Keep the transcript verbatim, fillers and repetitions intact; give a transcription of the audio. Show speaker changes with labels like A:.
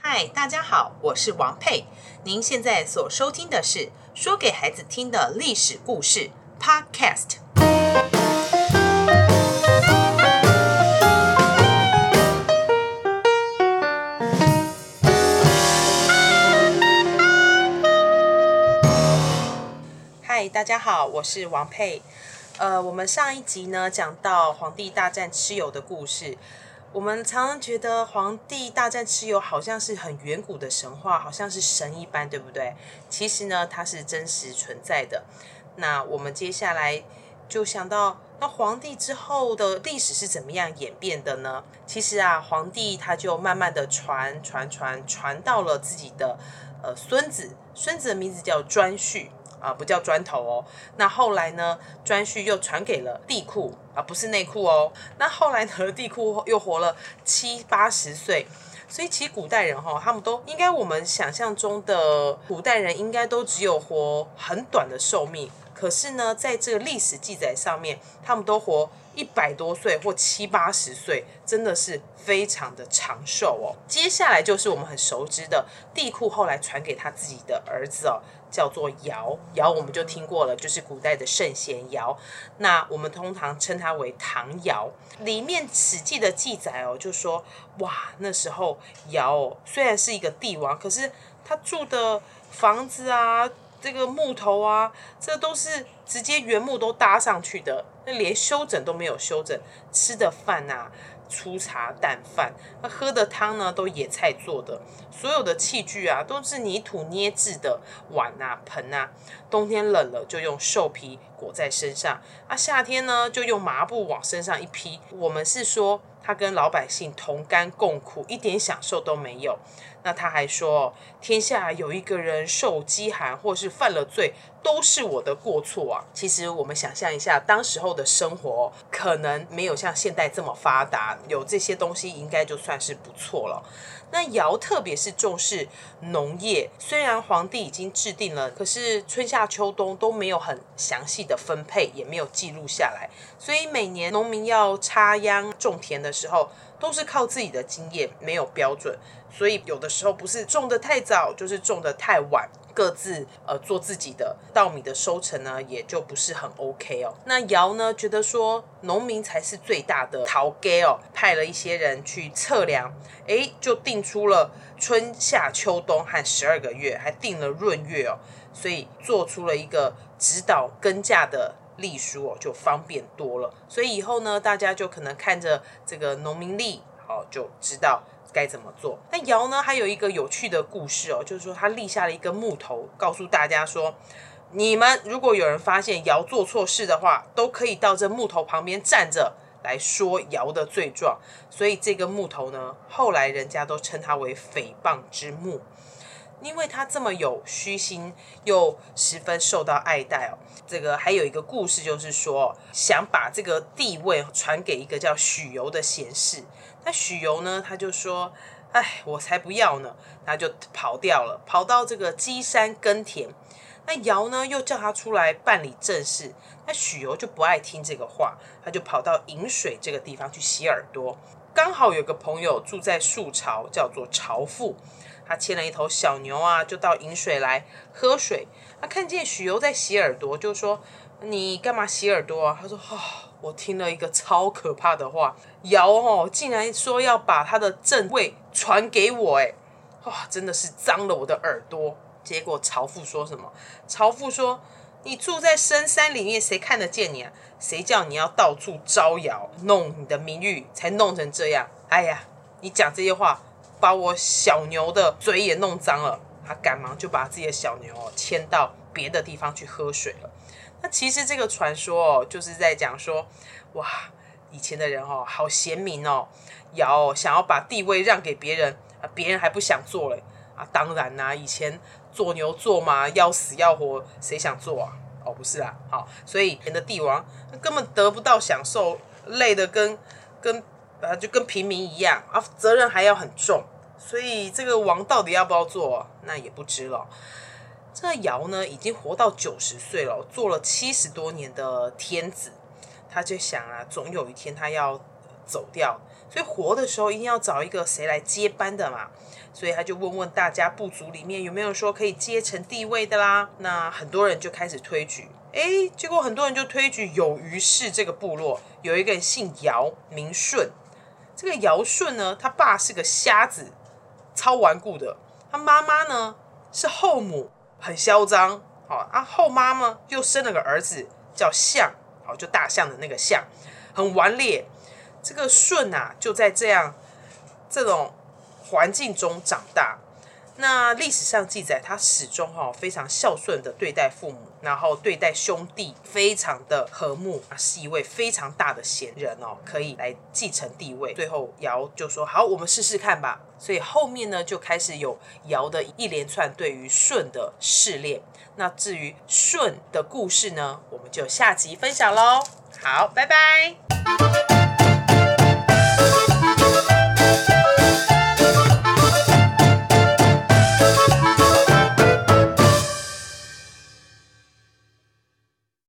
A: 嗨，大家好，我是王佩。您现在所收听的是说给孩子听的历史故事 Podcast。嗨，大家好，我是王佩。呃，我们上一集呢讲到皇帝大战蚩尤的故事。我们常常觉得皇帝大战蚩尤好像是很远古的神话，好像是神一般，对不对？其实呢，它是真实存在的。那我们接下来就想到，那皇帝之后的历史是怎么样演变的呢？其实啊，皇帝他就慢慢的传传传传到了自己的呃孙子，孙子的名字叫颛顼。啊，不叫砖头哦。那后来呢，颛顼又传给了帝喾啊，不是内裤哦。那后来呢，帝喾又活了七八十岁。所以其实古代人哈、哦，他们都应该我们想象中的古代人应该都只有活很短的寿命。可是呢，在这个历史记载上面，他们都活一百多岁或七八十岁，真的是非常的长寿哦。接下来就是我们很熟知的帝喾后来传给他自己的儿子哦，叫做尧。尧我们就听过了，就是古代的圣贤尧。那我们通常称他为唐尧。里面史记的记载哦，就说哇，那时候尧哦，虽然是一个帝王，可是他住的房子啊，这个木头啊，这都是直接原木都搭上去的，那连修整都没有修整。吃的饭啊，粗茶淡饭，那喝的汤呢，都野菜做的。所有的器具啊，都是泥土捏制的碗啊、盆啊。冬天冷了，就用兽皮裹在身上；啊，夏天呢，就用麻布往身上一披。我们是说，他跟老百姓同甘共苦，一点享受都没有。那他还说，天下有一个人受饥寒，或是犯了罪，都是我的过错啊。其实我们想象一下，当时候的生活可能没有像现代这么发达，有这些东西应该就算是不错了。那尧特别是重视农业，虽然皇帝已经制定了，可是春夏秋冬都没有很详细的分配，也没有记录下来，所以每年农民要插秧种田的时候，都是靠自己的经验，没有标准，所以有的时候不是种得太早，就是种得太晚，各自呃做自己的，稻米的收成呢也就不是很 OK 哦。那尧呢觉得说农民才是最大的头家哦，派了一些人去测量，哎，就定出了春夏秋冬和十二个月，还定了闰月哦，所以做出了一个指导耕稼的历书哦，就方便多了。所以以后呢，大家就可能看着这个农民历，好就知道该怎么做。那尧呢，还有一个有趣的故事哦，就是说他立下了一个木头，告诉大家说，你们如果有人发现尧做错事的话，都可以到这木头旁边站着来说尧的罪状。所以这个木头呢，后来人家都称它为诽谤之木。因为他这么有虚心，又十分受到爱戴哦。这个还有一个故事，就是说想把这个地位传给一个叫许由的贤士。那许由呢，他就说：“哎，我才不要呢！”他就跑掉了，跑到这个箕山耕田。那尧呢，又叫他出来办理政事。那许由就不爱听这个话，他就跑到饮水这个地方去洗耳朵。刚好有个朋友住在树巢，叫做巢父。他牵了一头小牛啊，就到饮水来喝水。他看见许由在洗耳朵，就说：“你干嘛洗耳朵啊？”他说：“哦，我听了一个超可怕的话，尧哦，竟然说要把他的正位传给我，哎，哇、哦，真的是脏了我的耳朵。”结果巢父说什么？巢父说：“你住在深山里面，谁看得见你啊？谁叫你要到处招摇，弄你的名誉，才弄成这样？哎呀，你讲这些话，把我小牛的嘴也弄脏了。”他赶忙就把自己的小牛哦牵到别的地方去喝水了。那其实这个传说哦，就是在讲说，哇，以前的人哦，好贤明哦，尧哦想要把地位让给别人啊，别人还不想做嘞啊。当然啦、啊，以前做牛做马要死要活，谁想做啊？哦，不是啦，好，所以以前的帝王根本得不到享受，累得跟跟啊就跟平民一样啊，责任还要很重。所以这个王到底要不要做，那也不知了。这个尧呢，已经活到九十岁了，做了七十多年的天子。他就想啊，总有一天他要走掉，所以活的时候一定要找一个谁来接班的嘛。所以他就问问大家部族里面有没有说可以接承帝位的啦。那很多人就开始推举，哎，结果很多人就推举有虞氏这个部落有一个人姓姚，名舜。这个尧舜呢，他爸是个瞎子，超顽固的。他妈妈呢是后母，很嚣张。好，啊后妈呢又生了个儿子叫象，好，就大象的那个象，很顽劣。这个舜啊，就在这样这种环境中长大。那历史上记载，他始终、哦、非常孝顺的对待父母，然后对待兄弟非常的和睦，是一位非常大的贤人哦，可以来继承帝位。最后尧就说：“好，我们试试看吧。”所以后面呢，就开始有尧的一连串对于舜的试炼。那至于舜的故事呢，我们就下集分享喽。好，拜拜。